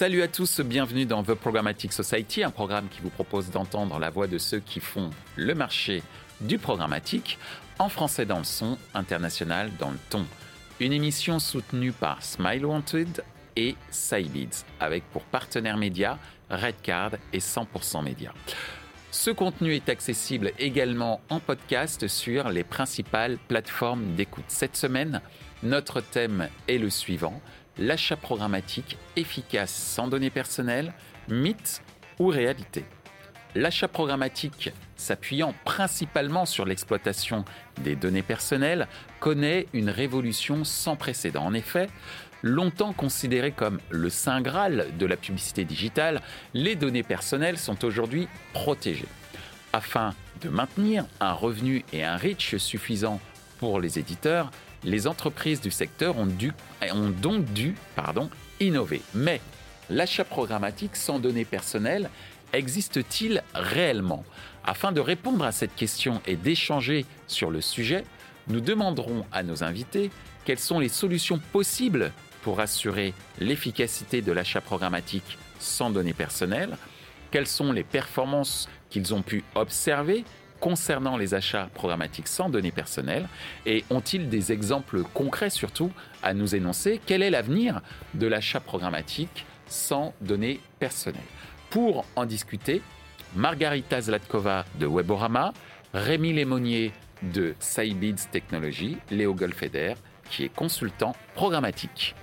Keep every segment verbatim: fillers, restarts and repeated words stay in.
Salut à tous, bienvenue dans The Programmatic Society, un programme qui vous propose d'entendre la voix de ceux qui font le marché du programmatique, en français dans le son, international dans le ton. Une émission soutenue par Smile Wanted et Scibids, avec pour partenaires médias Redcard et cent pour cent Média. Ce contenu est accessible également en podcast sur les principales plateformes d'écoute. Cette semaine, notre thème est le suivant: l'achat programmatique efficace sans données personnelles, mythe ou réalité. L'achat programmatique, s'appuyant principalement sur l'exploitation des données personnelles, connaît une révolution sans précédent. En effet, longtemps considéré comme le saint graal de la publicité digitale, les données personnelles sont aujourd'hui protégées. Afin de maintenir un revenu et un reach suffisants pour les éditeurs, les entreprises du secteur ont, dû, ont donc dû pardon, innover. Mais l'achat programmatique sans données personnelles existe-t-il réellement ? Afin de répondre à cette question et d'échanger sur le sujet, nous demanderons à nos invités quelles sont les solutions possibles pour assurer l'efficacité de l'achat programmatique sans données personnelles, quelles sont les performances qu'ils ont pu observer concernant les achats programmatiques sans données personnelles, et ont-ils des exemples concrets surtout à nous énoncer? Quel est l'avenir de l'achat programmatique sans données personnelles? Pour en discuter, Margarita Zlatkova de Weborama, Rémi Lémonnier de Scibids Technologies, Léo Golfeder qui est consultant programmatique.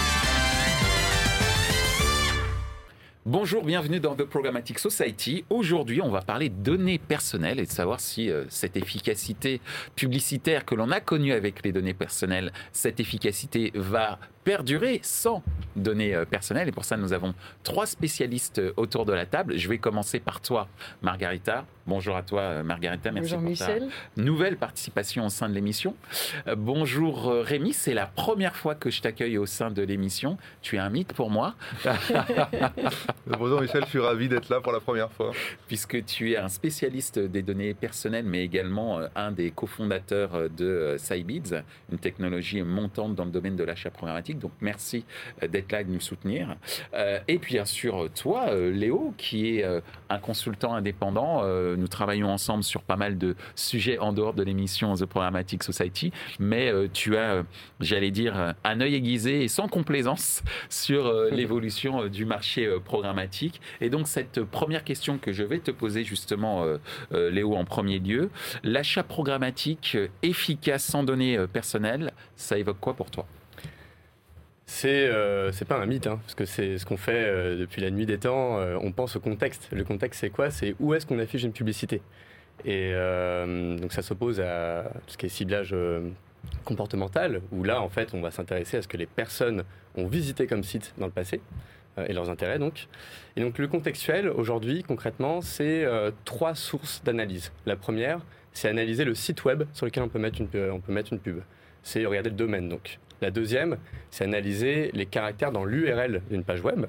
Bonjour, bienvenue dans The Programmatic Society. Aujourd'hui, on va parler de données personnelles et de savoir si euh, cette efficacité publicitaire que l'on a connue avec les données personnelles, cette efficacité va perdurer sans données euh, personnelles. Et pour ça, nous avons trois spécialistes euh, autour de la table. Je vais commencer par toi, Margarita. Bonjour à toi, euh, Margarita. Merci bonjour, pour Michel. ta nouvelle participation au sein de l'émission. Euh, bonjour, euh, Rémi. C'est la première fois que je t'accueille au sein de l'émission. Tu es un mythe pour moi. Bonjour Michel, je suis ravi d'être là pour la première fois. Puisque tu es un spécialiste des données personnelles, mais également un des cofondateurs de Scibids, une technologie montante dans le domaine de l'achat programmatique. Donc merci d'être là et de nous soutenir. Et puis bien sûr toi, Léo, qui est un consultant indépendant. Nous travaillons ensemble sur pas mal de sujets en dehors de l'émission The Programmatic Society, mais tu as, j'allais dire, un œil aiguisé et sans complaisance sur l'évolution du marché programmatique. Et donc cette première question que je vais te poser justement, euh, euh, Léo, en premier lieu, l'achat programmatique efficace sans données euh, personnelles, ça évoque quoi pour toi ? C'est euh, c'est pas un mythe, hein, parce que c'est ce qu'on fait euh, depuis la nuit des temps. Euh, on pense au contexte. Le contexte, c'est quoi ? C'est où est-ce qu'on affiche une publicité ? Et euh, donc ça s'oppose à tout ce qui est ciblage euh, comportemental, où là, en fait, on va s'intéresser à ce que les personnes ont visité comme site dans le passé, et leurs intérêts donc. Et donc le contextuel aujourd'hui concrètement c'est euh, trois sources d'analyse. La première, c'est analyser le site web sur lequel on peut mettre une, on peut mettre une pub. C'est regarder le domaine donc. La deuxième, c'est analyser les caractères dans l'U R L d'une page web.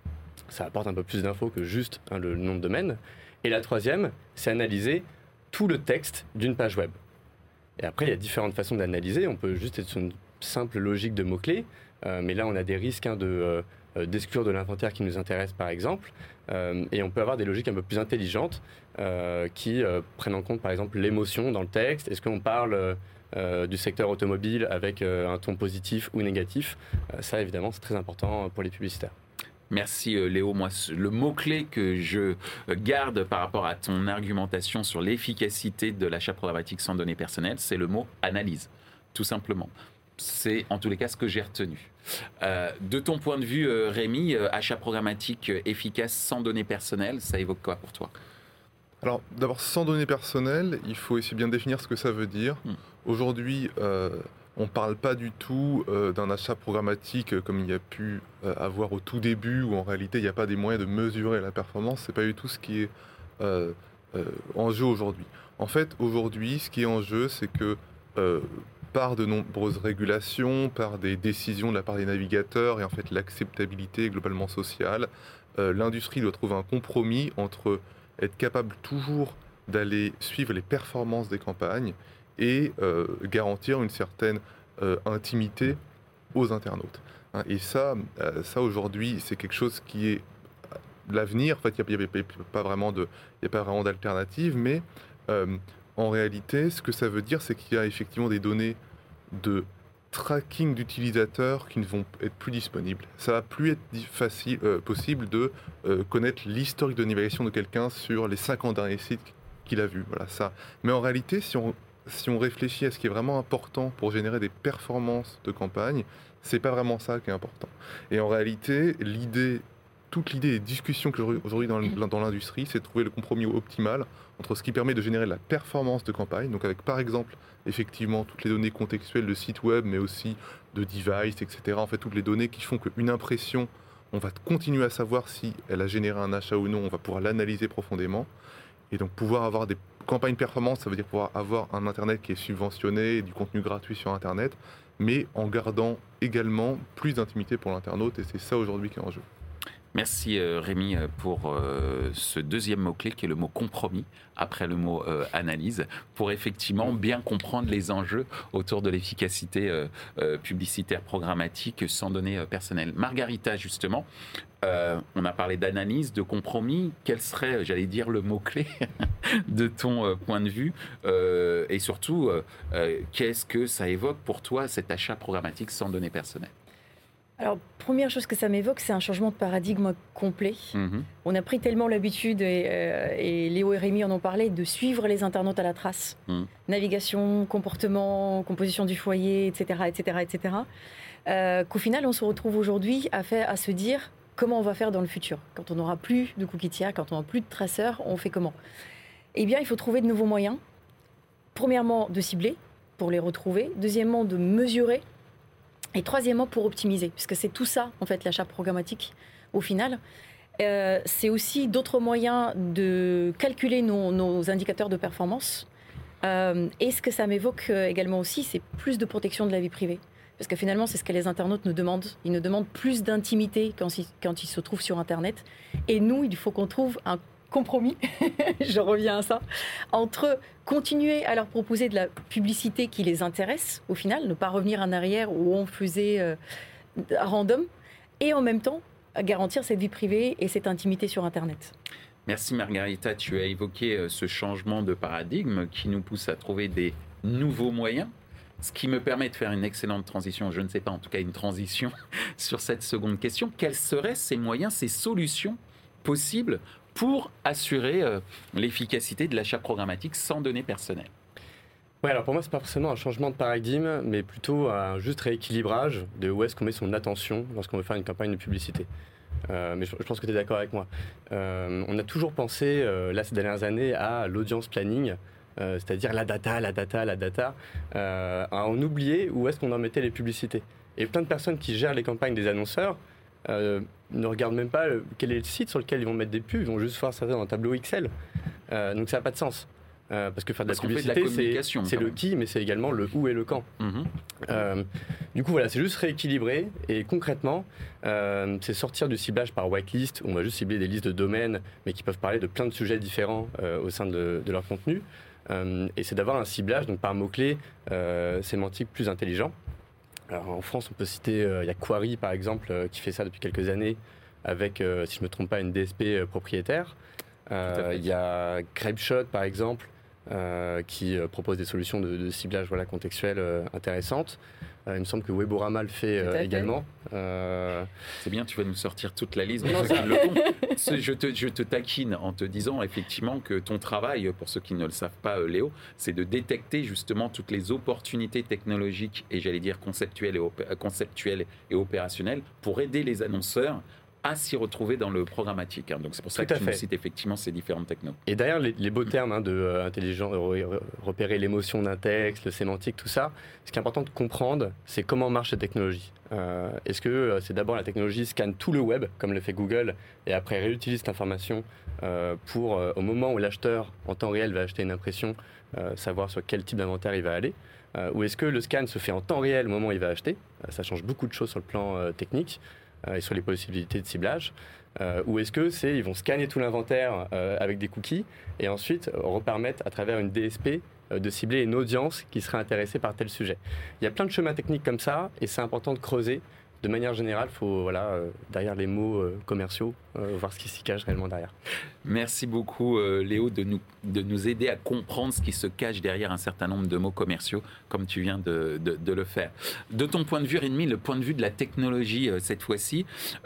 Ça apporte un peu plus d'infos que juste hein, le nom de domaine. Et la troisième, c'est analyser tout le texte d'une page web. Et après, il y a différentes façons d'analyser. On peut juste être sur une simple logique de mots-clés, euh, mais là on a des risques hein, de euh, d'exclure de l'inventaire qui nous intéresse par exemple, euh, et on peut avoir des logiques un peu plus intelligentes euh, qui euh, prennent en compte par exemple l'émotion dans le texte. Est-ce qu'on parle euh, du secteur automobile avec euh, un ton positif ou négatif ? euh, Ça évidemment c'est très important pour les publicitaires. Merci Léo. Moi, le mot-clé que je garde par rapport à ton argumentation sur l'efficacité de l'achat programmatique sans données personnelles, c'est le mot analyse, tout simplement. C'est en tous les cas ce que j'ai retenu. Euh, de ton point de vue, euh, Rémi, euh, achat programmatique euh, efficace sans données personnelles, ça évoque quoi pour toi ? Alors d'abord, sans données personnelles, il faut essayer bien définir ce que ça veut dire. Hmm. Aujourd'hui, euh, on ne parle pas du tout euh, d'un achat programmatique euh, comme il y a pu euh, avoir au tout début, où en réalité il n'y a pas des moyens de mesurer la performance. Ce n'est pas du tout ce qui est euh, euh, en jeu aujourd'hui. En fait, aujourd'hui, ce qui est en jeu, c'est que euh, par de nombreuses régulations, par des décisions de la part des navigateurs et en fait l'acceptabilité globalement sociale, euh, l'industrie doit trouver un compromis entre être capable toujours d'aller suivre les performances des campagnes et euh, garantir une certaine euh, intimité aux internautes. Hein, et ça, euh, ça aujourd'hui, c'est quelque chose qui est l'avenir. En fait, il n'y a, a, a pas vraiment de, il y a pas vraiment d'alternative, mais euh, en réalité, ce que ça veut dire, c'est qu'il y a effectivement des données de tracking d'utilisateurs qui ne vont être plus disponibles. Ça va plus être facile, euh, possible de euh, connaître l'historique de navigation de quelqu'un sur les cinquante derniers sites qu'il a vus. Voilà, ça. Mais en réalité, si on, si on réfléchit à ce qui est vraiment important pour générer des performances de campagne, c'est pas vraiment ça qui est important. Et en réalité, l'idée, toute l'idée des discussions que aujourd'hui dans, dans l'industrie, c'est de trouver le compromis optimal entre ce qui permet de générer de la performance de campagne, donc avec par exemple effectivement toutes les données contextuelles de site web, mais aussi de device, et cetera. En fait, toutes les données qui font qu'une impression, on va continuer à savoir si elle a généré un achat ou non, on va pouvoir l'analyser profondément. Et donc pouvoir avoir des campagnes performances, ça veut dire pouvoir avoir un Internet qui est subventionné, du contenu gratuit sur Internet, mais en gardant également plus d'intimité pour l'internaute, et c'est ça aujourd'hui qui est en jeu. Merci euh, Rémi pour euh, ce deuxième mot-clé qui est le mot compromis, après le mot euh, analyse, pour effectivement bien comprendre les enjeux autour de l'efficacité euh, euh, publicitaire programmatique sans données euh, personnelles. Margarita, justement, euh, on a parlé d'analyse, de compromis. Quel serait, j'allais dire, le mot-clé de ton euh, point de vue euh, et surtout, euh, euh, qu'est-ce que ça évoque pour toi, cet achat programmatique sans données personnelles ? Alors, première chose que ça m'évoque, c'est un changement de paradigme complet. Mmh. On a pris tellement l'habitude, et, euh, et Léo et Rémi en ont parlé, de suivre les internautes à la trace. Mmh. Navigation, comportement, composition du foyer, et cetera, et cetera, et cetera. Euh, qu'au final, on se retrouve aujourd'hui à, faire, à se dire comment on va faire dans le futur. Quand on n'aura plus de cookies tiers, quand on n'aura plus de traceurs, on fait comment ? Eh bien, il faut trouver de nouveaux moyens. Premièrement, de cibler pour les retrouver. Deuxièmement, de mesurer. Et troisièmement, pour optimiser, puisque c'est tout ça, en fait, l'achat programmatique, au final. Euh, c'est aussi d'autres moyens de calculer nos, nos indicateurs de performance. Euh, et ce que ça m'évoque également aussi, c'est plus de protection de la vie privée. Parce que finalement, c'est ce que les internautes nous demandent. Ils nous demandent plus d'intimité quand ils, quand ils se trouvent sur Internet. Et nous, il faut qu'on trouve un compromis, je reviens à ça, entre continuer à leur proposer de la publicité qui les intéresse, au final, ne pas revenir en arrière où on faisait euh, à random, et en même temps, garantir cette vie privée et cette intimité sur Internet. Merci Margarita, tu as évoqué ce changement de paradigme qui nous pousse à trouver des nouveaux moyens, ce qui me permet de faire une excellente transition, je ne sais pas, en tout cas une transition sur cette seconde question. Quels seraient ces moyens, ces solutions possibles pour assurer euh, l'efficacité de l'achat programmatique sans données personnelles? Ouais, alors pour moi, c'est pas forcément un changement de paradigme, mais plutôt un juste rééquilibrage de où est-ce qu'on met son attention lorsqu'on veut faire une campagne de publicité. Euh, mais je, je pense que tu es d'accord avec moi. Euh, on a toujours pensé, euh, là, ces dernières années, à l'audience planning, euh, c'est-à-dire la data, la data, la data, euh, à en oublier où est-ce qu'on en mettait les publicités. Et plein de personnes qui gèrent les campagnes des annonceurs Euh, ne regardent même pas le, quel est le site sur lequel ils vont mettre des pubs, ils vont juste voir ça dans un tableau Excel. Euh, donc ça n'a pas de sens. Euh, parce que faire de parce la publicité, de la c'est, c'est le qui, mais c'est également le où et le quand. Mmh. Euh, du coup, voilà, c'est juste rééquilibré. Et concrètement, euh, c'est sortir du ciblage par whitelist, où on va juste cibler des listes de domaines, mais qui peuvent parler de plein de sujets différents euh, au sein de, de leur contenu. Euh, et c'est d'avoir un ciblage donc par mots-clés euh, sémantiques plus intelligents. Alors, en France, on peut citer, il euh, y a Query par exemple, euh, qui fait ça depuis quelques années, avec, euh, si je ne me trompe pas, une D S P euh, propriétaire. Il euh, y a Grapeshot par exemple, euh, qui euh, propose des solutions de, de ciblage voilà, contextuel euh, intéressantes. Euh, il me semble que Weborama le fait euh, également. Euh... C'est bien, tu vas nous sortir toute la liste. Non, je, te, je te taquine en te disant effectivement que ton travail, pour ceux qui ne le savent pas, Léo, c'est de détecter justement toutes les opportunités technologiques et j'allais dire conceptuelles et, opé- conceptuelles et opérationnelles pour aider les annonceurs à s'y retrouver dans le programmatique. Donc c'est pour ça Tout que tu nous cites effectivement ces différentes technos. Et derrière les, les beaux termes hein, de euh, intelligent, euh, repérer l'émotion d'un texte, le sémantique, tout ça, ce qui est important de comprendre, c'est comment marche cette technologie. Euh, est-ce que euh, c'est d'abord la technologie scanne tout le web, comme le fait Google, et après réutilise cette information euh, pour, euh, au moment où l'acheteur, en temps réel, va acheter une impression, euh, savoir sur quel type d'inventaire il va aller, euh, ou est-ce que le scan se fait en temps réel au moment où il va acheter, euh, ça change beaucoup de choses sur le plan euh, technique, Euh, et sur les possibilités de ciblage, euh, ou est-ce que c'est ils vont scanner tout l'inventaire euh, avec des cookies et ensuite euh, repermettre à travers une D S P euh, de cibler une audience qui serait intéressée par tel sujet. Il y a plein de chemins techniques comme ça et c'est important de creuser de manière générale, il faut, voilà, euh, derrière les mots euh, commerciaux, euh, voir ce qui s'y cache réellement derrière. Merci beaucoup euh, Léo de nous, de nous aider à comprendre ce qui se cache derrière un certain nombre de mots commerciaux, comme tu viens de, de, de le faire. De ton point de vue, Rémi, le point de vue de la technologie euh, cette fois-ci,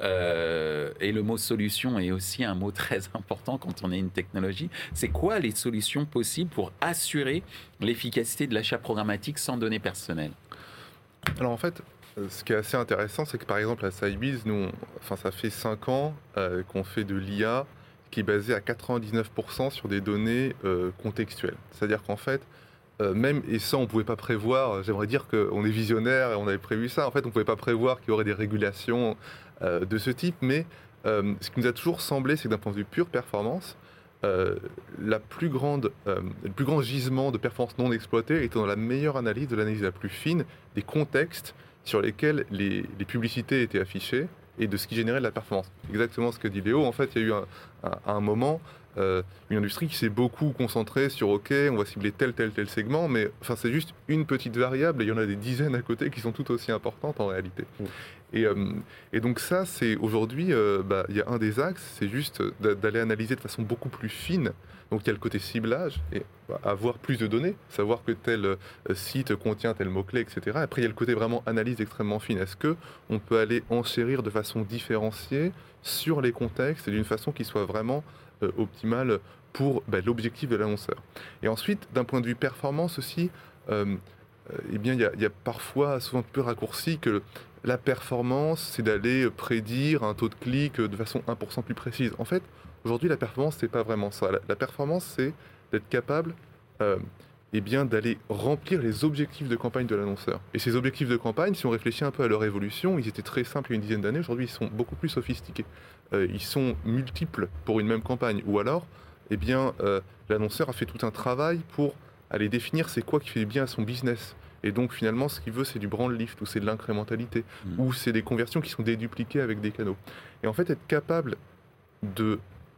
euh, et le mot solution est aussi un mot très important quand on est une technologie, c'est quoi les solutions possibles pour assurer l'efficacité de l'achat programmatique sans données personnelles? Alors en fait, ce qui est assez intéressant, c'est que par exemple à Cybiz, nous, on, enfin, ça fait cinq ans euh, qu'on fait de l'I A qui est basée à quatre-vingt-dix-neuf pour cent sur des données euh, contextuelles. C'est-à-dire qu'en fait, euh, même, et ça on ne pouvait pas prévoir, j'aimerais dire qu'on est visionnaire et on avait prévu ça, en fait on ne pouvait pas prévoir qu'il y aurait des régulations euh, de ce type, mais euh, ce qui nous a toujours semblé, c'est que d'un point de vue pure performance, euh, la plus grande, euh, le plus grand gisement de performance non exploitée était dans la meilleure analyse, de l'analyse la plus fine des contextes sur lesquels les, les publicités étaient affichées et de ce qui générait de la performance. Exactement ce que dit Léo. En fait, il y a eu un, un, un moment euh, une industrie qui s'est beaucoup concentrée sur OK, on va cibler tel, tel, tel segment, mais enfin, c'est juste une petite variable et il y en a des dizaines à côté qui sont tout aussi importantes en réalité. Mmh. Et, euh, et donc ça, c'est aujourd'hui, euh, bah, il y a un des axes, c'est juste d'aller analyser de façon beaucoup plus fine. Donc il y a le côté ciblage, et bah, avoir plus de données, savoir que tel euh, site contient tel mot-clé, et cetera. Après, il y a le côté vraiment analyse extrêmement fine. Est-ce qu'on peut aller enchérir de façon différenciée sur les contextes et d'une façon qui soit vraiment euh, optimale pour bah, l'objectif de l'annonceur? Et ensuite, d'un point de vue performance aussi, euh, eh bien, il y a, il y a parfois, souvent un peu raccourci, que la performance, c'est d'aller prédire un taux de clic de façon un pour cent plus précise. En fait, aujourd'hui, la performance, c'est pas vraiment ça. La, la performance, c'est d'être capable euh, eh bien, d'aller remplir les objectifs de campagne de l'annonceur. Et ces objectifs de campagne, si on réfléchit un peu à leur évolution, ils étaient très simples il y a une dizaine d'années. Aujourd'hui, ils sont beaucoup plus sophistiqués. Euh, ils sont multiples pour une même campagne. Ou alors, eh bien, euh, l'annonceur a fait tout un travail pour aller définir c'est quoi qui fait bien à son business. Et donc finalement, ce qu'il veut, c'est du brand lift, ou c'est de l'incrémentalité, mmh. ou c'est des conversions qui sont dédupliquées avec des canaux. Et en fait, être capable de,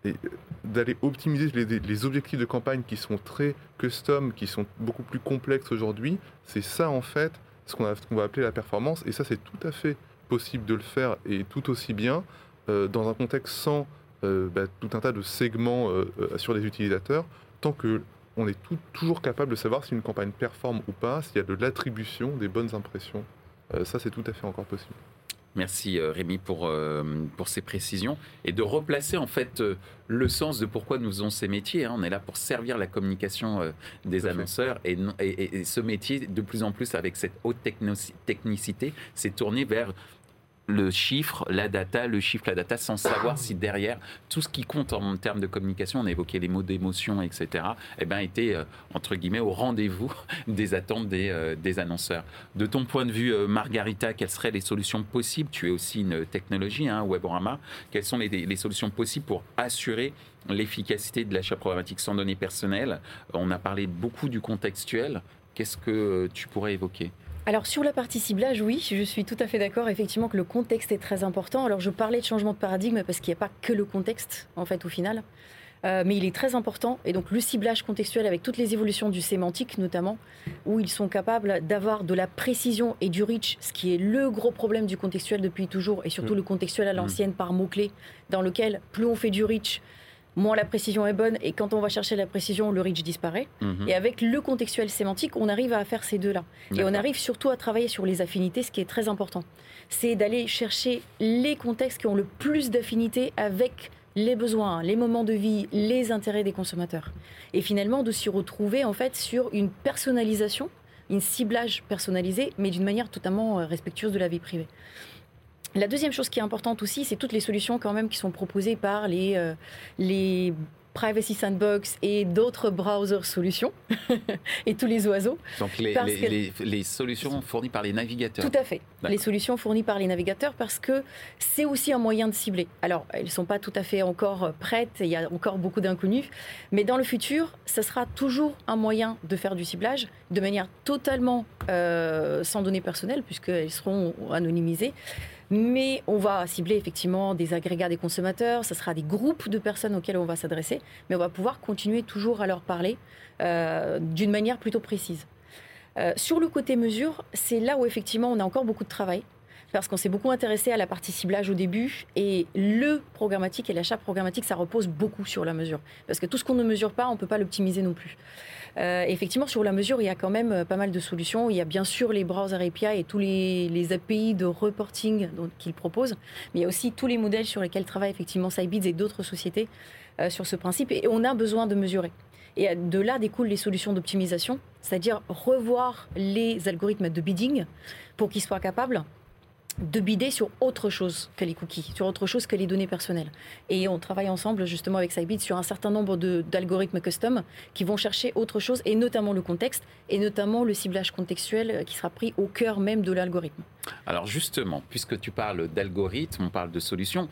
d'aller optimiser les, les objectifs de campagne qui sont très custom, qui sont beaucoup plus complexes aujourd'hui, c'est ça en fait, ce qu'on, a, ce qu'on va appeler la performance. Et ça, c'est tout à fait possible de le faire, et tout aussi bien, euh, dans un contexte sans euh, bah, tout un tas de segments euh, euh, sur les utilisateurs, tant que on est tout, toujours capable de savoir si une campagne performe ou pas, s'il y a de l'attribution des bonnes impressions. Euh, ça, c'est tout à fait encore possible. Merci Rémi pour, euh, pour ces précisions et de replacer en fait euh, le sens de pourquoi nous faisons ces métiers. Hein. On est là pour servir la communication euh, des annonceurs et, et, et ce métier, de plus en plus avec cette haute technicité, s'est tourné vers le chiffre, la data, le chiffre, la data, sans savoir si derrière, tout ce qui compte en termes de communication, on a évoqué les mots d'émotion, et cetera, eh ben, était, euh, entre guillemets, au rendez-vous des attentes des, euh, des annonceurs. De ton point de vue, euh, Margarita, quelles seraient les solutions possibles? Tu es aussi une technologie, hein, Weborama. Quelles sont les, les solutions possibles pour assurer l'efficacité de l'achat programmatique sans données personnelles? On a parlé beaucoup du contextuel. Qu'est-ce que tu pourrais évoquer? Alors sur la partie ciblage, oui, je suis tout à fait d'accord effectivement que le contexte est très important. Alors je parlais de changement de paradigme parce qu'il n'y a pas que le contexte en fait au final, euh, mais il est très important. Et donc le ciblage contextuel avec toutes les évolutions du sémantique notamment, où ils sont capables d'avoir de la précision et du reach, ce qui est le gros problème du contextuel depuis toujours, et surtout mmh. le contextuel à l'ancienne mmh. par mots-clés, dans lequel plus on fait du reach, moins la précision est bonne, et quand on va chercher la précision, le reach disparaît. Mmh. Et avec le contextuel sémantique, on arrive à faire ces deux-là. D'accord. Et on arrive surtout à travailler sur les affinités, ce qui est très important. C'est d'aller chercher les contextes qui ont le plus d'affinités avec les besoins, les moments de vie, les intérêts des consommateurs. Et finalement, de s'y retrouver en fait sur une personnalisation, un ciblage personnalisé, mais d'une manière totalement respectueuse de la vie privée. La deuxième chose qui est importante aussi, c'est toutes les solutions quand même qui sont proposées par les, euh, les Privacy Sandbox et d'autres browser solutions et tous les oiseaux. Donc les, les, que... les, les solutions fournies par les navigateurs. Tout à fait. D'accord. Les solutions fournies par les navigateurs parce que c'est aussi un moyen de cibler. Alors, elles ne sont pas tout à fait encore prêtes, il y a encore beaucoup d'inconnus, mais dans le futur, ça sera toujours un moyen de faire du ciblage de manière totalement euh, sans données personnelles puisqu'elles seront anonymisées. Mais on va cibler effectivement des agrégats des consommateurs, ce sera des groupes de personnes auxquelles on va s'adresser, mais on va pouvoir continuer toujours à leur parler euh, d'une manière plutôt précise. Euh, sur le côté mesure, c'est là où effectivement on a encore beaucoup de travail, parce qu'on s'est beaucoup intéressé à la partie ciblage au début, et le programmatique et l'achat programmatique, ça repose beaucoup sur la mesure. Parce que tout ce qu'on ne mesure pas, on ne peut pas l'optimiser non plus. Euh, effectivement, sur la mesure, il y a quand même pas mal de solutions. Il y a bien sûr les browser A P I et tous les, les A P I de reporting qu'ils proposent, mais il y a aussi tous les modèles sur lesquels travaillent effectivement Sitebeats et d'autres sociétés euh, sur ce principe, et on a besoin de mesurer. Et de là découlent les solutions d'optimisation, c'est-à-dire revoir les algorithmes de bidding pour qu'ils soient capables de bidder sur autre chose que les cookies, sur autre chose que les données personnelles. Et on travaille ensemble justement avec Sitebeats sur un certain nombre de, d'algorithmes custom qui vont chercher autre chose, et notamment le contexte, et notamment le ciblage contextuel qui sera pris au cœur même de l'algorithme. Alors justement, puisque tu parles d'algorithmes, on parle de solutions,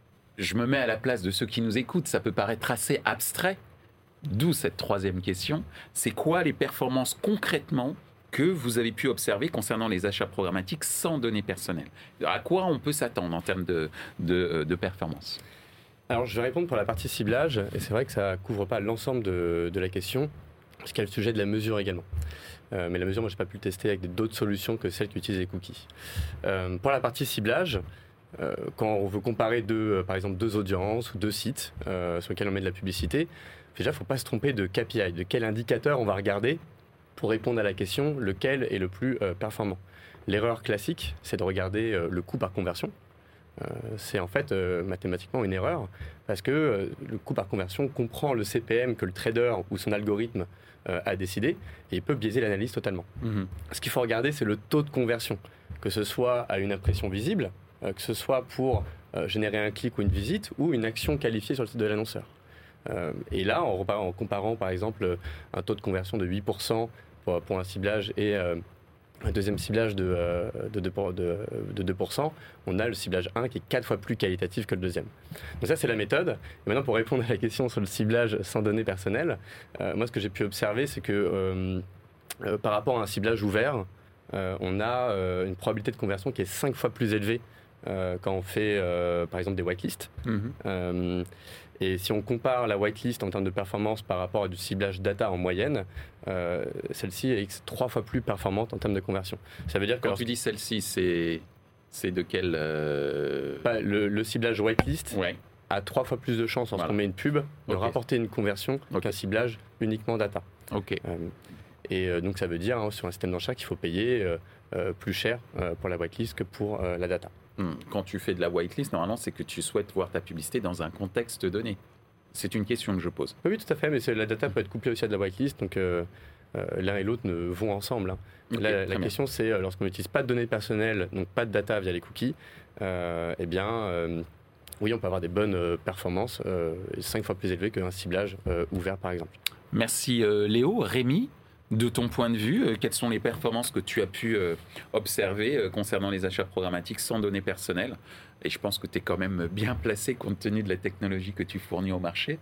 je me mets à la place de ceux qui nous écoutent, ça peut paraître assez abstrait, d'où cette troisième question. C'est quoi les performances concrètement que vous avez pu observer concernant les achats programmatiques sans données personnelles? À quoi on peut s'attendre en termes de, de, de performance? Alors, je vais répondre pour la partie ciblage, et c'est vrai que ça ne couvre pas l'ensemble de, de la question, parce qu'il y a le sujet de la mesure également. Euh, mais la mesure, moi, je n'ai pas pu le tester avec d'autres solutions que celles qui utilisent les cookies. Euh, pour la partie ciblage, euh, quand on veut comparer deux, euh, par exemple deux audiences ou deux sites euh, sur lesquels on met de la publicité, déjà, il ne faut pas se tromper de K P I, de quel indicateur on va regarder pour répondre à la question, lequel est le plus euh, performant. L'erreur classique, c'est de regarder euh, le coût par conversion. Euh, c'est en fait euh, mathématiquement une erreur, parce que euh, le coût par conversion comprend le C P M que le trader ou son algorithme euh, a décidé, et il peut biaiser l'analyse totalement. Mmh. Ce qu'il faut regarder, c'est le taux de conversion, que ce soit à une impression visible, euh, que ce soit pour euh, générer un clic ou une visite, ou une action qualifiée sur le site de l'annonceur. Euh, et là, en, en comparant par exemple un taux de conversion de huit pour cent pour, pour un ciblage et euh, un deuxième ciblage de, euh, de, deux pour, de, de deux pour cent, on a le ciblage un qui est quatre fois plus qualitatif que le deuxième. Donc ça, c'est la méthode. Et maintenant, pour répondre à la question sur le ciblage sans données personnelles, euh, moi, ce que j'ai pu observer, c'est que euh, euh, par rapport à un ciblage ouvert, euh, on a euh, une probabilité de conversion qui est cinq fois plus élevée euh, quand on fait, euh, par exemple, des whitelists. Mm-hmm. Euh, Et si on compare la whitelist en termes de performance par rapport à du ciblage data en moyenne, euh, celle-ci est trois fois plus performante en termes de conversion. Ça veut dire que quand tu dis celle-ci, c'est, c'est de quel euh... bah, le, le ciblage whitelist ouais. a trois fois plus de chances, lorsqu'on voilà. met une pub, de okay. rapporter une conversion okay. qu'un ciblage uniquement data. Okay. Euh, et euh, donc ça veut dire hein, sur un système d'achat qu'il faut payer euh, euh, plus cher euh, pour la whitelist que pour euh, la data. Quand tu fais de la whitelist, normalement, c'est que tu souhaites voir ta publicité dans un contexte donné. C'est une question que je pose. Oui, tout à fait, mais la data peut être couplée aussi à de la whitelist, donc euh, euh, l'un et l'autre ne vont ensemble. Hein. Okay, la la question, bien. c'est lorsqu'on n'utilise pas de données personnelles, donc pas de data via les cookies, euh, eh bien, euh, oui, on peut avoir des bonnes euh, performances, euh, cinq fois plus élevées qu'un ciblage euh, ouvert, par exemple. Merci euh, Léo. Rémi, de ton point de vue, euh, quelles sont les performances que tu as pu euh, observer euh, concernant les achats programmatiques sans données personnelles? Et je pense que tu es quand même bien placé compte tenu de la technologie que tu fournis au marché.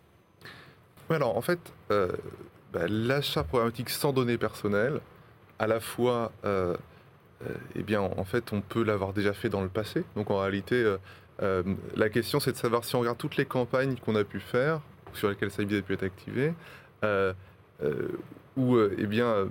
Oui, alors en fait, euh, bah, l'achat programmatique sans données personnelles, à la fois, euh, euh, eh bien, en fait, on peut l'avoir déjà fait dans le passé. Donc en réalité, euh, euh, la question, c'est de savoir si on regarde toutes les campagnes qu'on a pu faire, sur lesquelles Sitebeats a pu être activé, euh, euh, où euh, eh bien,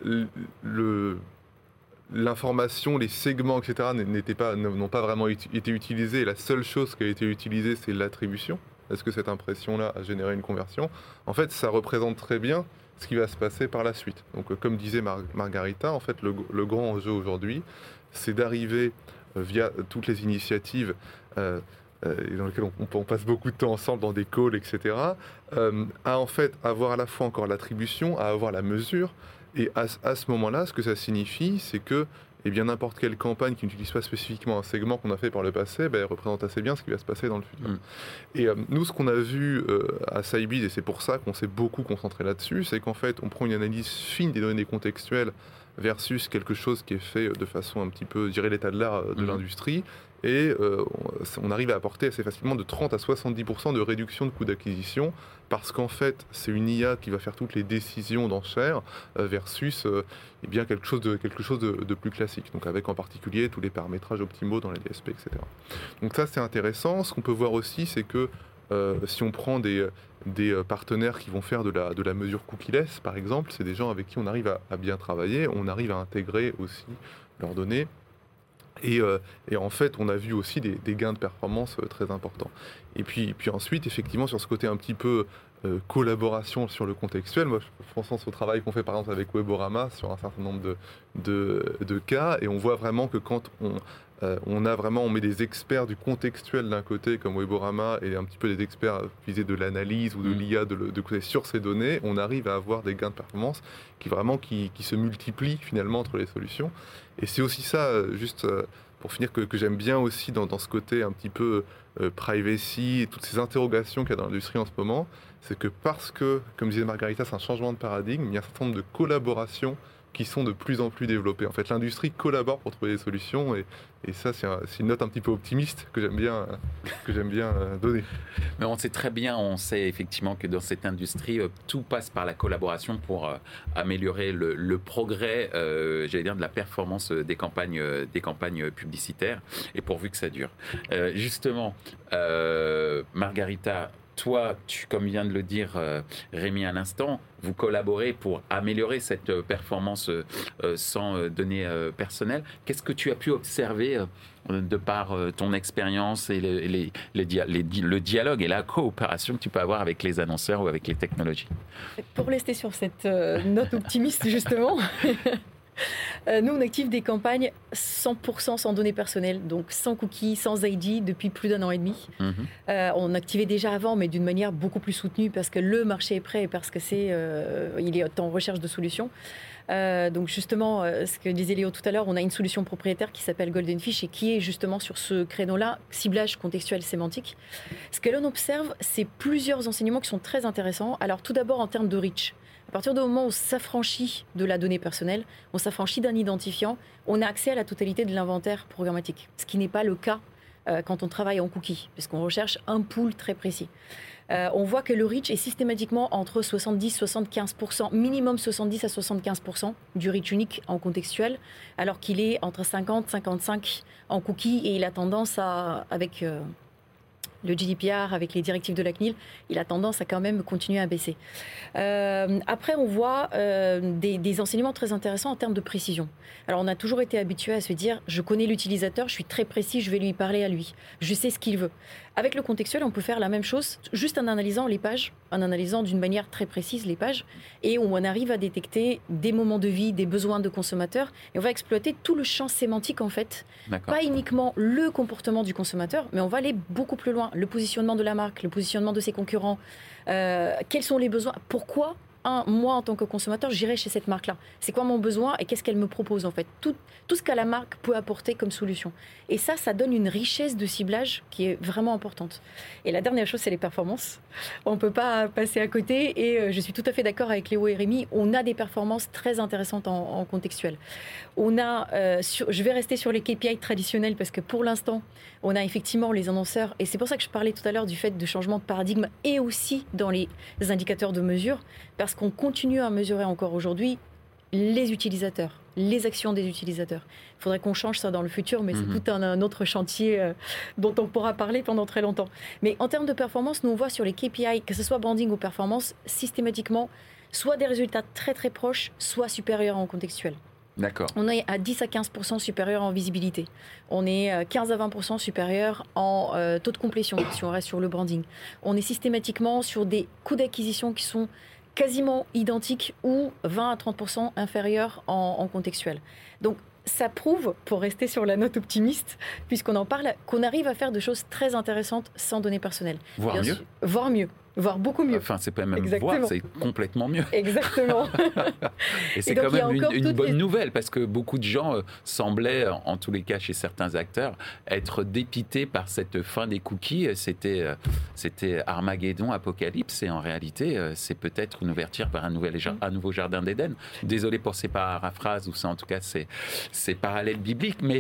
le, l'information, les segments, et cetera n'étaient pas, n'ont pas vraiment été utilisés. Et la seule chose qui a été utilisée, c'est l'attribution. Est-ce que cette impression-là a généré une conversion? En fait, ça représente très bien ce qui va se passer par la suite. Donc, euh, comme disait Mar- Margarita, en fait, le, le grand enjeu aujourd'hui, c'est d'arriver euh, via toutes les initiatives euh, et dans lesquels on, on passe beaucoup de temps ensemble dans des calls, et cetera, euh, à en fait avoir à la fois encore l'attribution, à avoir la mesure, et à, à ce moment-là, ce que ça signifie, c'est que eh bien, n'importe quelle campagne qui n'utilise pas spécifiquement un segment qu'on a fait par le passé, ben, elle représente assez bien ce qui va se passer dans le futur. Mmh. Et euh, nous, ce qu'on a vu euh, à Sitebeats, et c'est pour ça qu'on s'est beaucoup concentré là-dessus, c'est qu'en fait, on prend une analyse fine des données contextuelles versus quelque chose qui est fait de façon un petit peu, je dirais, l'état de l'art de mmh. l'industrie. Et euh, on arrive à apporter assez facilement de trente à soixante-dix pour cent de réduction de coûts d'acquisition, parce qu'en fait, c'est une I A qui va faire toutes les décisions d'enchères euh, versus euh, eh bien, quelque chose, de, quelque chose de, de plus classique. Donc avec en particulier tous les paramétrages optimaux dans les D S P, et cetera. Donc ça, c'est intéressant. Ce qu'on peut voir aussi, c'est que euh, si on prend des, des partenaires qui vont faire de la, de la mesure cookie-less, par exemple, c'est des gens avec qui on arrive à, à bien travailler. On arrive à intégrer aussi leurs données Et, euh, et en fait, on a vu aussi des, des gains de performance euh, très importants. Et puis, puis ensuite, effectivement, sur ce côté un petit peu euh, collaboration sur le contextuel, moi, je prends sens au travail qu'on fait par exemple avec Weborama sur un certain nombre de, de, de cas, et on voit vraiment que quand on, euh, on a vraiment, on met des experts du contextuel d'un côté, comme Weborama, et un petit peu des experts visés de l'analyse ou de l'I A de, de côté sur ces données, on arrive à avoir des gains de performance qui vraiment qui, qui se multiplient finalement entre les solutions. Et c'est aussi ça, juste pour finir, que, que j'aime bien aussi dans, dans ce côté un petit peu euh, privacy et toutes ces interrogations qu'il y a dans l'industrie en ce moment, c'est que parce que, comme disait Margarita, c'est un changement de paradigme, il y a un certain nombre de collaborations qui sont de plus en plus développées. En fait, l'industrie collabore pour trouver des solutions, et, et ça, c'est, un, c'est une note un petit peu optimiste que j'aime bien, que j'aime bien donner. Mais on sait très bien, on sait effectivement que dans cette industrie, tout passe par la collaboration pour euh, améliorer le, le progrès, euh, j'allais dire, de la performance des campagnes, des campagnes publicitaires, et pourvu que ça dure. Euh, justement, euh, Margarita, toi, tu, comme vient de le dire euh, Rémi à l'instant, vous collaborez pour améliorer cette euh, performance euh, sans euh, données euh, personnelles. Qu'est-ce que tu as pu observer euh, de par euh, ton expérience et les, les, les dia- les, le dialogue et la coopération que tu peux avoir avec les annonceurs ou avec les technologies? Pour rester sur cette euh, note optimiste, justement... Euh, nous, on active des campagnes cent pour cent sans données personnelles, donc sans cookies, sans I D, depuis plus d'un an et demi. Mmh. Euh, on activait déjà avant, mais d'une manière beaucoup plus soutenue, parce que le marché est prêt et parce que c'est, euh, il est en recherche de solutions. Euh, donc justement, euh, ce que disait Léo tout à l'heure, on a une solution propriétaire qui s'appelle Golden Fish et qui est justement sur ce créneau-là, ciblage contextuel sémantique. Ce que l'on observe, c'est plusieurs enseignements qui sont très intéressants. Alors tout d'abord en termes de reach. À partir du moment où on s'affranchit de la donnée personnelle, on s'affranchit d'un identifiant, on a accès à la totalité de l'inventaire programmatique, ce qui n'est pas le cas euh, quand on travaille en cookie, puisqu'on recherche un pool très précis. Euh, on voit que le reach est systématiquement entre soixante-dix à soixante-quinze pour cent, minimum soixante-dix à soixante-quinze pour cent du reach unique en contextuel, alors qu'il est entre cinquante à cinquante-cinq en cookie, et il a tendance à, avec... Euh, le G D P R, avec les directives de la C N I L, il a tendance à quand même continuer à baisser. Euh, après, on voit euh, des, des enseignements très intéressants en termes de précision. Alors, on a toujours été habitué à se dire, je connais l'utilisateur, je suis très précis, je vais lui parler à lui. Je sais ce qu'il veut. Avec le contextuel, on peut faire la même chose, juste en analysant les pages, en analysant d'une manière très précise les pages, et on arrive à détecter des moments de vie, des besoins de consommateurs, et on va exploiter tout le champ sémantique, en fait. D'accord. Pas uniquement le comportement du consommateur, mais on va aller beaucoup plus loin. Le positionnement de la marque, le positionnement de ses concurrents, euh, quels sont les besoins, pourquoi un, moi en tant que consommateur j'irai chez cette marque là, c'est quoi mon besoin et qu'est-ce qu'elle me propose en fait, tout, tout ce que la marque peut apporter comme solution, et ça ça donne une richesse de ciblage qui est vraiment importante. Et la dernière chose, c'est les performances. On ne peut pas passer à côté, et euh, je suis tout à fait d'accord avec Léo et Rémi, on a des performances très intéressantes en, en contextuel. On a, euh, sur, je vais rester sur les K P I traditionnels parce que pour l'instant, on a effectivement les annonceurs, et c'est pour ça que je parlais tout à l'heure du fait de changement de paradigme, et aussi dans les indicateurs de mesure, parce qu'on continue à mesurer encore aujourd'hui les utilisateurs, les actions des utilisateurs. Il faudrait qu'on change ça dans le futur, mais mmh. c'est tout un, un autre chantier euh, dont on pourra parler pendant très longtemps. Mais en termes de performance, nous on voit sur les K P I, que ce soit branding ou performance, systématiquement, soit des résultats très très proches, soit supérieurs en contextuel. D'accord. On est à dix à quinze pour cent supérieur en visibilité. On est quinze à vingt pour cent supérieur en euh, taux de complétion, si on reste sur le branding. On est systématiquement sur des coûts d'acquisition qui sont quasiment identiques ou vingt à trente pour cent inférieurs en, en contextuel. Donc, ça prouve, pour rester sur la note optimiste, puisqu'on en parle, qu'on arrive à faire des choses très intéressantes sans données personnelles. Voire mieux. Sûr, voire mieux. Voire beaucoup mieux. Enfin, c'est pas même voir, c'est complètement mieux. Exactement. Et c'est et donc, quand même une, une bonne les... nouvelle, parce que beaucoup de gens euh, semblaient, en tous les cas chez certains acteurs, être dépités par cette fin des cookies. C'était, euh, c'était Armageddon, Apocalypse, et en réalité, euh, c'est peut-être une ouverture vers un, nouvel, un nouveau jardin d'Éden. Désolé pour ces paraphrases, ou ça, en tout cas, c'est, c'est parallèle biblique, mais...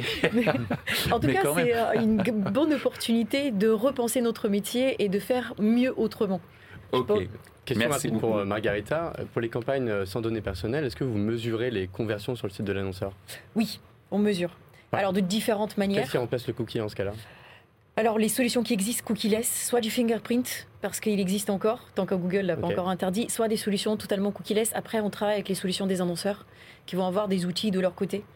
en tout mais cas, c'est même. une bonne opportunité de repenser notre métier et de faire mieux autrement. Ok. Question Merci rapide beaucoup. pour Margarita. Pour les campagnes sans données personnelles, est-ce que vous mesurez les conversions sur le site de l'annonceur ? Oui, on mesure. Ouais. Alors de différentes manières. Qu'est-ce qui remplace le cookie en ce cas-là ? Alors les solutions qui existent cookie-less, soit du fingerprint, parce qu'il existe encore, tant que Google l'a pas okay. encore interdit, soit des solutions totalement cookie-less. Après, on travaille avec les solutions des annonceurs, qui vont avoir des outils de leur côté.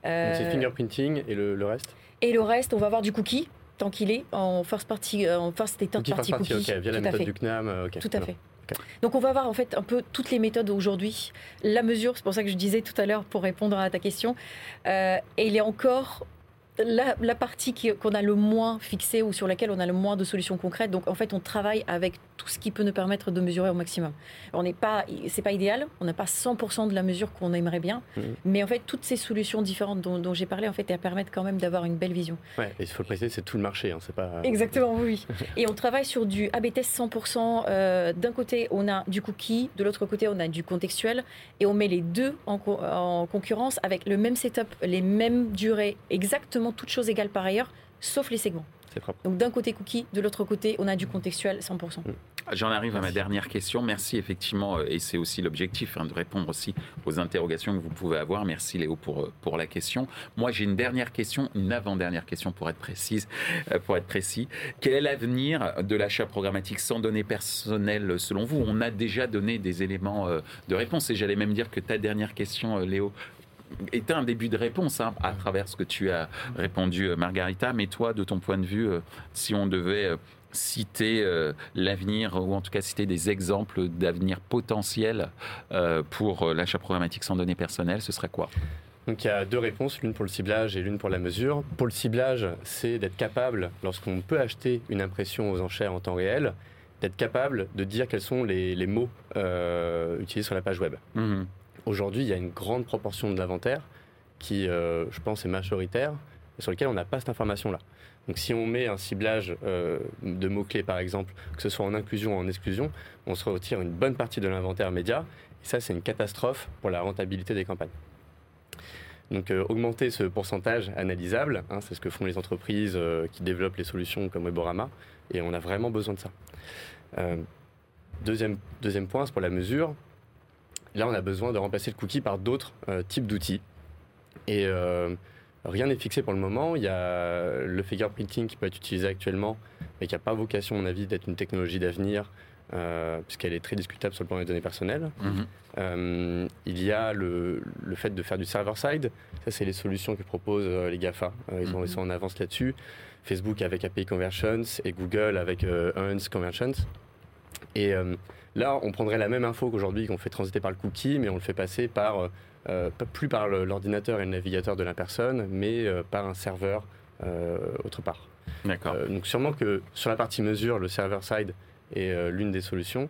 Euh, c'est fingerprinting et le, le reste Et le reste, on va avoir du cookie, tant qu'il est, en first party, en first et third party cookie. Okay, via la Tout méthode du C N A M. Okay. Tout à fait. Okay. Donc on va avoir en fait un peu toutes les méthodes aujourd'hui. La mesure, c'est pour ça que je disais tout à l'heure pour répondre à ta question, euh, et il est encore la, la partie qui, qu'on a le moins fixée ou sur laquelle on a le moins de solutions concrètes. Donc en fait on travaille avec tout ce qui peut nous permettre de mesurer au maximum. On n'est pas, c'est pas idéal, on n'a pas cent pour cent de la mesure qu'on aimerait bien, mmh. mais en fait toutes ces solutions différentes dont, dont j'ai parlé en fait elles permettent quand même d'avoir une belle vision. Ouais, et il faut le préciser, c'est tout le marché, hein, c'est pas. Exactement, oui. Et on travaille sur du A B test cent pour cent. Euh, d'un côté on a du cookie, de l'autre côté on a du contextuel, et on met les deux en, co- en concurrence avec le même setup, les mêmes durées, exactement toutes choses égales par ailleurs, sauf les segments. C'est propre. Donc d'un côté cookie, de l'autre côté on a du contextuel cent pour cent. J'en arrive à ma dernière question. Merci effectivement, et c'est aussi l'objectif, hein, de répondre aussi aux interrogations que vous pouvez avoir. Merci Léo pour, pour la question. Moi j'ai une dernière question, une avant-dernière question pour être précise, pour être précis. Quel est l'avenir de l'achat programmatique sans données personnelles selon vous ? On a déjà donné des éléments de réponse, et j'allais même dire que ta dernière question, Léo, était un début de réponse, hein, à travers ce que tu as répondu, Margarita. Mais toi, de ton point de vue, euh, si on devait euh, citer euh, l'avenir, ou en tout cas citer des exemples d'avenir potentiel euh, pour euh, l'achat programmatique sans données personnelles, ce serait quoi ? Donc il y a deux réponses, l'une pour le ciblage et l'une pour la mesure. Pour le ciblage, c'est d'être capable, lorsqu'on peut acheter une impression aux enchères en temps réel, d'être capable de dire quels sont les, les mots euh, utilisés sur la page web. Mmh. Aujourd'hui, il y a une grande proportion de l'inventaire qui, euh, je pense, est majoritaire, sur lequel on n'a pas cette information-là. Donc si on met un ciblage euh, de mots-clés, par exemple, que ce soit en inclusion ou en exclusion, on se retire une bonne partie de l'inventaire média, et ça, c'est une catastrophe pour la rentabilité des campagnes. Donc euh, augmenter ce pourcentage analysable, hein, c'est ce que font les entreprises euh, qui développent les solutions comme Weborama, et on a vraiment besoin de ça. Euh, deuxième, deuxième point, c'est pour la mesure. Là, on a besoin de remplacer le cookie par d'autres euh, types d'outils. Et euh, rien n'est fixé pour le moment. Il y a le fingerprinting qui peut être utilisé actuellement, mais qui n'a pas vocation, à mon avis, d'être une technologie d'avenir, euh, puisqu'elle est très discutable sur le plan des données personnelles. Mmh. Euh, il y a le, le fait de faire du server-side. Ça, c'est les solutions que proposent euh, les GAFA. Euh, ils, mmh. ont, ils sont en avance là-dessus. Facebook avec A P I Conversions et Google avec euh, Enhanced Conversions. Et euh, là, on prendrait la même info qu'aujourd'hui, qu'on fait transiter par le cookie, mais on le fait passer par, euh, pas plus par le, l'ordinateur et le navigateur de la personne, mais euh, par un serveur euh, autre part. D'accord. Euh, donc sûrement que sur la partie mesure, le server-side est euh, l'une des solutions.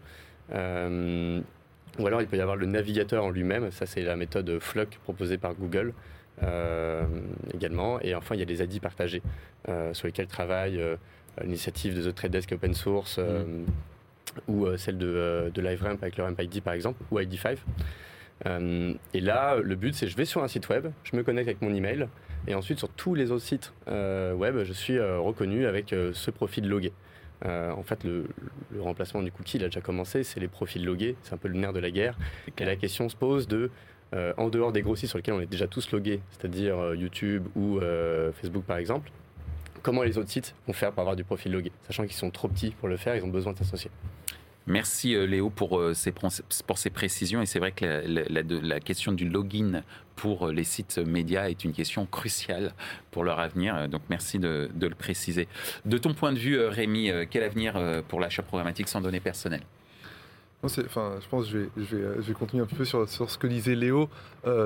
Euh, ou alors il peut y avoir le navigateur en lui-même, ça c'est la méthode Flock proposée par Google euh, également. Et enfin, il y a les A D I partagés euh, sur lesquels travaille euh, l'initiative de The Trade Desk Open Source, euh, mmh. ou euh, celle de, euh, de LiveRamp avec le Ramp I D par exemple, ou I D cinq. Euh, et là, le but, c'est je vais sur un site web, je me connecte avec mon email, et ensuite sur tous les autres sites euh, web, je suis euh, reconnu avec euh, ce profil logué. Euh, en fait, le, le remplacement du cookie, il a déjà commencé, c'est les profils logués, c'est un peu le nerf de la guerre. Et la question se pose de, euh, en dehors des gros sites sur lesquels on est déjà tous logués, c'est-à-dire euh, YouTube ou euh, Facebook par exemple, comment les autres sites vont faire pour avoir du profil logué, sachant qu'ils sont trop petits pour le faire, ils ont besoin de s'associer. Merci Léo pour ces, pour ces précisions, et c'est vrai que la, la, la, la question du login pour les sites médias est une question cruciale pour leur avenir, donc merci de, de le préciser. De ton point de vue, Rémi, quel avenir pour l'achat programmatique sans données personnelles ? Non, c'est, enfin, je pense que je vais, je, vais, je vais continuer un peu sur, sur ce que disait Léo. Euh,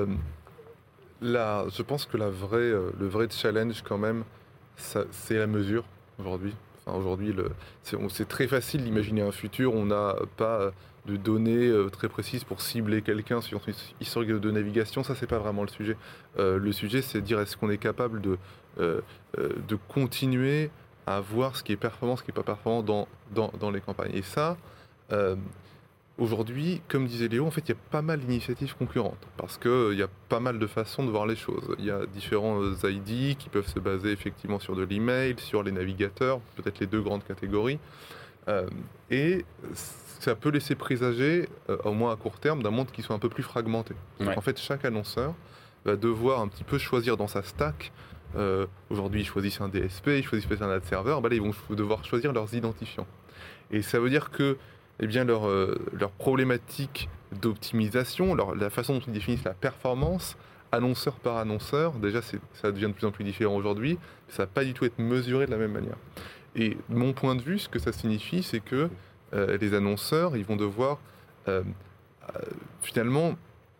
là, je pense que la vraie, le vrai challenge quand même, ça, c'est la mesure aujourd'hui. Aujourd'hui, le, c'est, c'est très facile d'imaginer un futur. On n'a pas de données euh, très précises pour cibler quelqu'un sur une historique de navigation. Ça, c'est pas vraiment le sujet. Euh, le sujet, c'est de dire est-ce qu'on est capable de, euh, euh, de continuer à voir ce qui est performant, ce qui n'est pas performant dans, dans, dans les campagnes. Et ça, euh, aujourd'hui, comme disait Léo, en fait, il y a pas mal d'initiatives concurrentes parce qu'il euh, y a pas mal de façons de voir les choses. Il y a différents euh, I D qui peuvent se baser effectivement sur de l'email, sur les navigateurs, peut-être les deux grandes catégories. Euh, et ça peut laisser présager, euh, au moins à court terme, d'un monde qui soit un peu plus fragmenté. Ouais. En fait, chaque annonceur va devoir un petit peu choisir dans sa stack. Euh, aujourd'hui, ils choisissent un D S P, ils choisissent peut-être un ad server. Ben là, ils vont devoir choisir leurs identifiants. Et ça veut dire que eh bien, leur, euh, leur problématique d'optimisation, leur, la façon dont ils définissent la performance, annonceur par annonceur. Déjà, c'est, ça devient de plus en plus différent aujourd'hui. Ça ne va pas du tout être mesuré de la même manière. Et de mon point de vue, ce que ça signifie, c'est que euh, les annonceurs, ils vont devoir euh, euh, finalement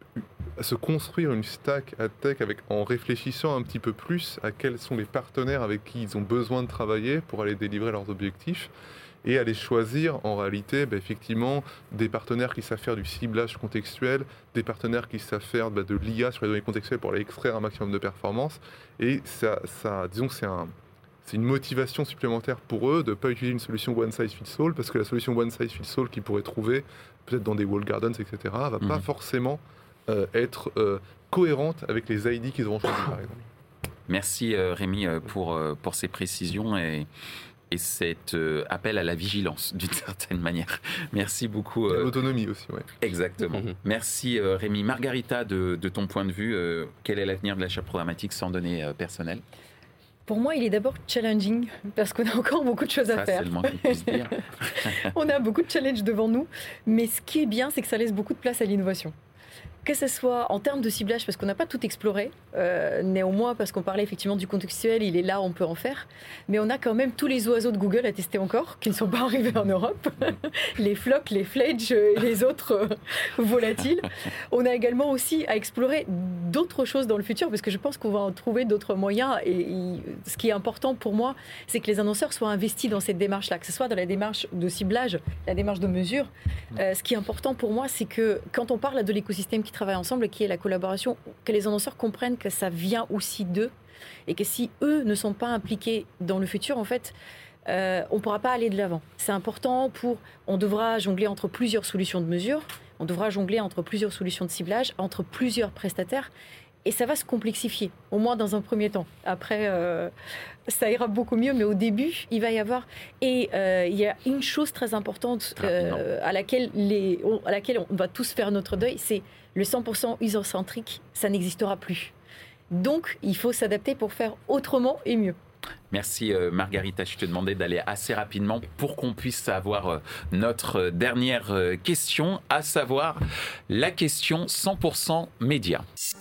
se construire une stack ad tech avec, en réfléchissant un petit peu plus à quels sont les partenaires avec qui ils ont besoin de travailler pour aller délivrer leurs objectifs et aller choisir en réalité bah, effectivement des partenaires qui savent faire du ciblage contextuel, des partenaires qui savent faire bah, de l'I A sur les données contextuelles pour aller extraire un maximum de performance. Et ça, ça disons que c'est un... C'est une motivation supplémentaire pour eux de ne pas utiliser une solution one size fits all, parce que la solution one size fits all qu'ils pourraient trouver peut-être dans des walled gardens, et cetera, ne va mmh. pas forcément euh, être euh, cohérente avec les I D qu'ils auront choisis, par exemple. Merci euh, Rémi euh, pour, euh, pour ces précisions et, et cet euh, appel à la vigilance, d'une certaine manière. Merci beaucoup. Euh... L'autonomie aussi, oui. Exactement. Mmh. Merci euh, Rémi. Margarita, de, de ton point de vue, euh, quel est l'avenir de l'achat programmatique sans données euh, personnelles ? Pour moi, il est d'abord challenging, parce qu'on a encore beaucoup de choses ça, à faire. C'est le moins qu'on puisse dire. On a beaucoup de challenges devant nous, mais ce qui est bien, c'est que ça laisse beaucoup de place à l'innovation. Que ce soit en termes de ciblage, parce qu'on n'a pas tout exploré, euh, néanmoins, parce qu'on parlait effectivement du contextuel, il est là, on peut en faire, mais on a quand même tous les oiseaux de Google à tester encore, qui ne sont pas arrivés en Europe, les flocs, les fledge et les autres euh, volatiles. On a également aussi à explorer d'autres choses dans le futur, parce que je pense qu'on va en trouver d'autres moyens, et, et ce qui est important pour moi, c'est que les annonceurs soient investis dans cette démarche-là, que ce soit dans la démarche de ciblage, la démarche de mesure. Euh, ce qui est important pour moi, c'est que quand on parle de l'écosystème qui travaillent ensemble, qui est la collaboration, que les annonceurs comprennent que ça vient aussi d'eux et que si eux ne sont pas impliqués dans le futur, en fait, euh, on ne pourra pas aller de l'avant. C'est important pour... On devra jongler entre plusieurs solutions de mesure, on devra jongler entre plusieurs solutions de ciblage, entre plusieurs prestataires, et ça va se complexifier, au moins dans un premier temps. Après, euh, ça ira beaucoup mieux, mais au début, il va y avoir... Et euh, il y a une chose très importante euh, à, laquelle les, à laquelle on va tous faire notre deuil, c'est le cent pour cent user-centrique, ça n'existera plus. Donc, il faut s'adapter pour faire autrement et mieux. Merci euh, Margarita, je te demandais d'aller assez rapidement pour qu'on puisse avoir euh, notre dernière euh, question, à savoir la question cent pour cent média.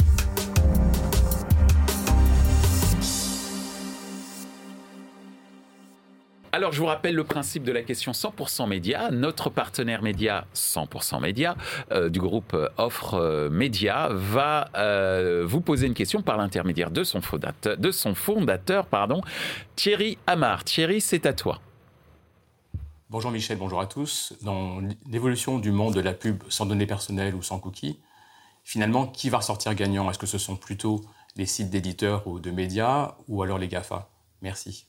Alors, je vous rappelle le principe de la question cent pour cent média. Notre partenaire média cent pour cent média euh, du groupe euh, Offre euh, Média va euh, vous poser une question par l'intermédiaire de son fondateur, de son fondateur pardon, Thierry Amar. Thierry, c'est à toi. Bonjour Michel, bonjour à tous. Dans l'évolution du monde de la pub sans données personnelles ou sans cookies, finalement, qui va ressortir gagnant ? Est-ce que ce sont plutôt les sites d'éditeurs ou de médias ou alors les GAFA ? Merci.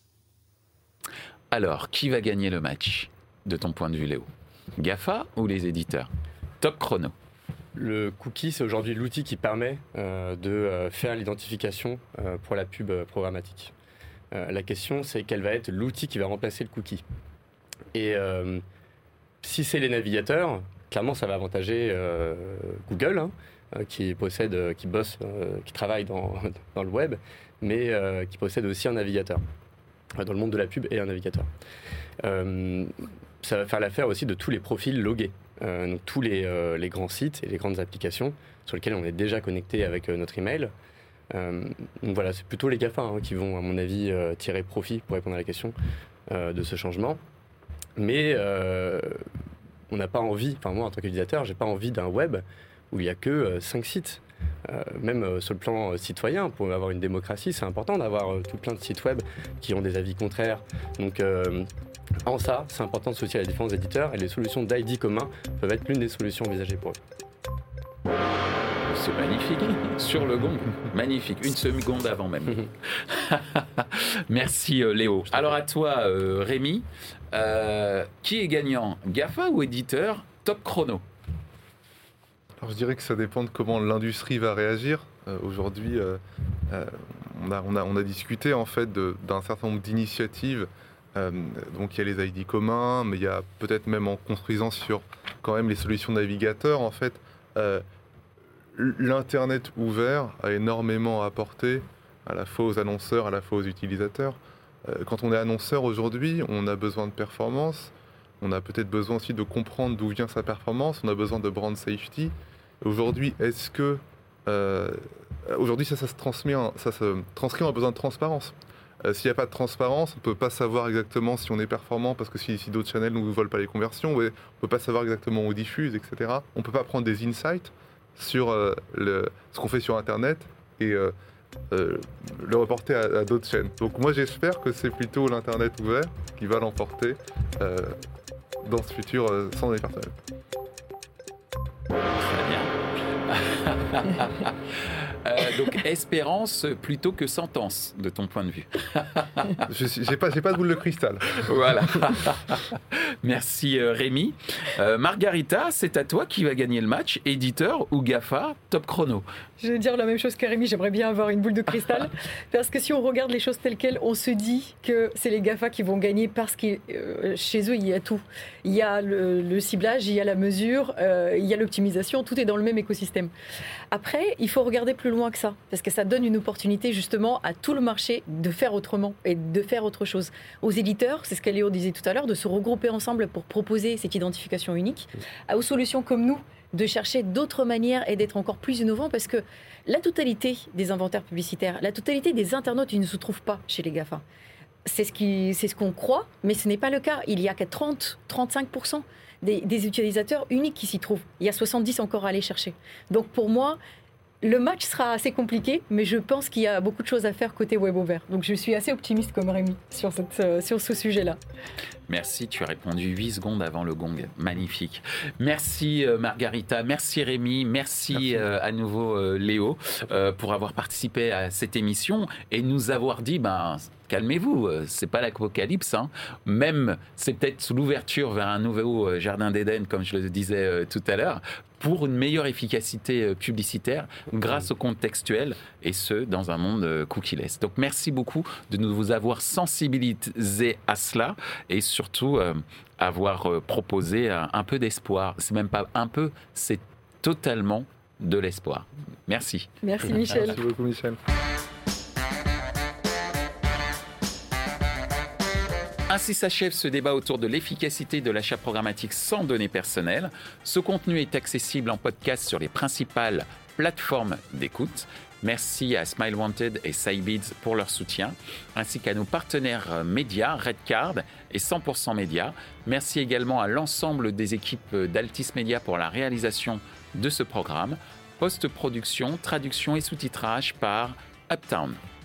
Alors, qui va gagner le match, de ton point de vue, Léo ? GAFA ou les éditeurs ? Top chrono. Le cookie, c'est aujourd'hui l'outil qui permet euh, de euh, faire l'identification euh, pour la pub euh, programmatique. Euh, la question, c'est quel va être l'outil qui va remplacer le cookie. Et euh, si c'est les navigateurs, clairement, ça va avantager euh, Google, hein, euh, qui possède, euh, qui bosse, euh, qui travaille dans, dans le web, mais euh, qui possède aussi un navigateur. Dans le monde de la pub et un navigateur. Euh, ça va faire l'affaire aussi de tous les profils logués, euh, donc tous les, euh, les grands sites et les grandes applications sur lesquels on est déjà connecté avec euh, notre email. Euh, donc voilà, c'est plutôt les GAFA hein, qui vont, à mon avis, euh, tirer profit, pour répondre à la question, euh, de ce changement. Mais euh, on n'a pas envie, enfin moi en tant qu'utilisateur, j'ai pas envie d'un web où il n'y a que euh, cinq sites. Euh, même euh, sur le plan euh, citoyen, pour avoir une démocratie, c'est important d'avoir euh, tout plein de sites web qui ont des avis contraires. Donc, euh, en ça, c'est important de soucier à les différents éditeurs et les solutions d'I D communs peuvent être l'une des solutions envisagées pour eux. C'est magnifique. Sur le gong. Magnifique. Une seconde avant même. Merci Léo. Alors à toi euh, Rémi. Euh, qui est gagnant ? GAFA ou éditeur ? Top chrono. Alors, je dirais que ça dépend de comment l'industrie va réagir. Euh, aujourd'hui, euh, euh, on, a, on, a, on a discuté en fait de, d'un certain nombre d'initiatives. Euh, donc il y a les I D communs, mais il y a peut-être même en construisant sur quand même les solutions navigateurs. En fait, euh, l'Internet ouvert a énormément apporté à la fois aux annonceurs, à la fois aux utilisateurs. Euh, quand on est annonceur aujourd'hui, on a besoin de performance. On a peut-être besoin aussi de comprendre d'où vient sa performance. On a besoin de brand safety. Aujourd'hui, est-ce que euh, aujourd'hui, ça, ça, se transmet en, ça se transcrit en besoin de transparence. Euh, s'il n'y a pas de transparence, on ne peut pas savoir exactement si on est performant, parce que si, si d'autres channels ne nous volent pas les conversions, ouais, on ne peut pas savoir exactement où on diffuse, et cetera. On ne peut pas prendre des insights sur euh, le, ce qu'on fait sur Internet et euh, euh, le reporter à, à d'autres chaînes. Donc moi, j'espère que c'est plutôt l'Internet ouvert qui va l'emporter euh, dans ce futur euh, sans données personnelles. Très bien. Euh, donc espérance plutôt que sentence, de ton point de vue. Je n'ai pas, j'ai pas de boule de cristal. Voilà. Merci euh, Rémi. Euh, Margarita, c'est à toi qui va gagner le match, éditeur ou GAFA, top chrono. Je vais dire la même chose que Rémi, j'aimerais bien avoir une boule de cristal. Parce que si on regarde les choses telles quelles, on se dit que c'est les GAFA qui vont gagner parce que euh, chez eux, il y a tout. Il y a le, le ciblage, il y a la mesure, euh, il y a l'optimisation, tout est dans le même écosystème. Après, il faut regarder plus loin que ça, parce que ça donne une opportunité justement à tout le marché de faire autrement et de faire autre chose. Aux éditeurs, c'est ce qu'Aléo disait tout à l'heure, de se regrouper ensemble pour proposer cette identification unique. Aux solutions comme nous, de chercher d'autres manières et d'être encore plus innovants, parce que la totalité des inventaires publicitaires, la totalité des internautes, ils ne se trouvent pas chez les GAFA. C'est ce, qui, c'est ce qu'on croit, mais ce n'est pas le cas. Il y a qu'à trente à trente-cinq pour cent des, des utilisateurs uniques qui s'y trouvent. Il y a soixante-dix encore à aller chercher. Donc pour moi, le match sera assez compliqué, mais je pense qu'il y a beaucoup de choses à faire côté web ouvert. Donc je suis assez optimiste comme Rémi sur, cette, euh, sur ce sujet-là. Merci, tu as répondu huit secondes avant le gong. Magnifique. Merci euh, Margarita, merci Rémi, merci, merci. Euh, à nouveau euh, Léo euh, pour avoir participé à cette émission et nous avoir dit, ben, calmez-vous, c'est pas l'apocalypse. Hein. Même, c'est peut-être l'ouverture vers un nouveau jardin d'Éden, comme je le disais euh, tout à l'heure, pour une meilleure efficacité publicitaire grâce au contextuel, et ce, dans un monde cookie-less. Donc, merci beaucoup de nous avoir sensibilisés à cela et surtout euh, avoir euh, proposé un, un peu d'espoir. C'est même pas un peu, c'est totalement de l'espoir. Merci. Merci Michel. Merci beaucoup Michel. Ainsi s'achève ce débat autour de l'efficacité de l'achat programmatique sans données personnelles. Ce contenu est accessible en podcast sur les principales plateformes d'écoute. Merci à Smile Wanted et Cybeads pour leur soutien, ainsi qu'à nos partenaires médias, Redcard et cent pour cent Média. Merci également à l'ensemble des équipes d'Altis Media pour la réalisation de ce programme. Post-production, traduction et sous-titrage par Uptown.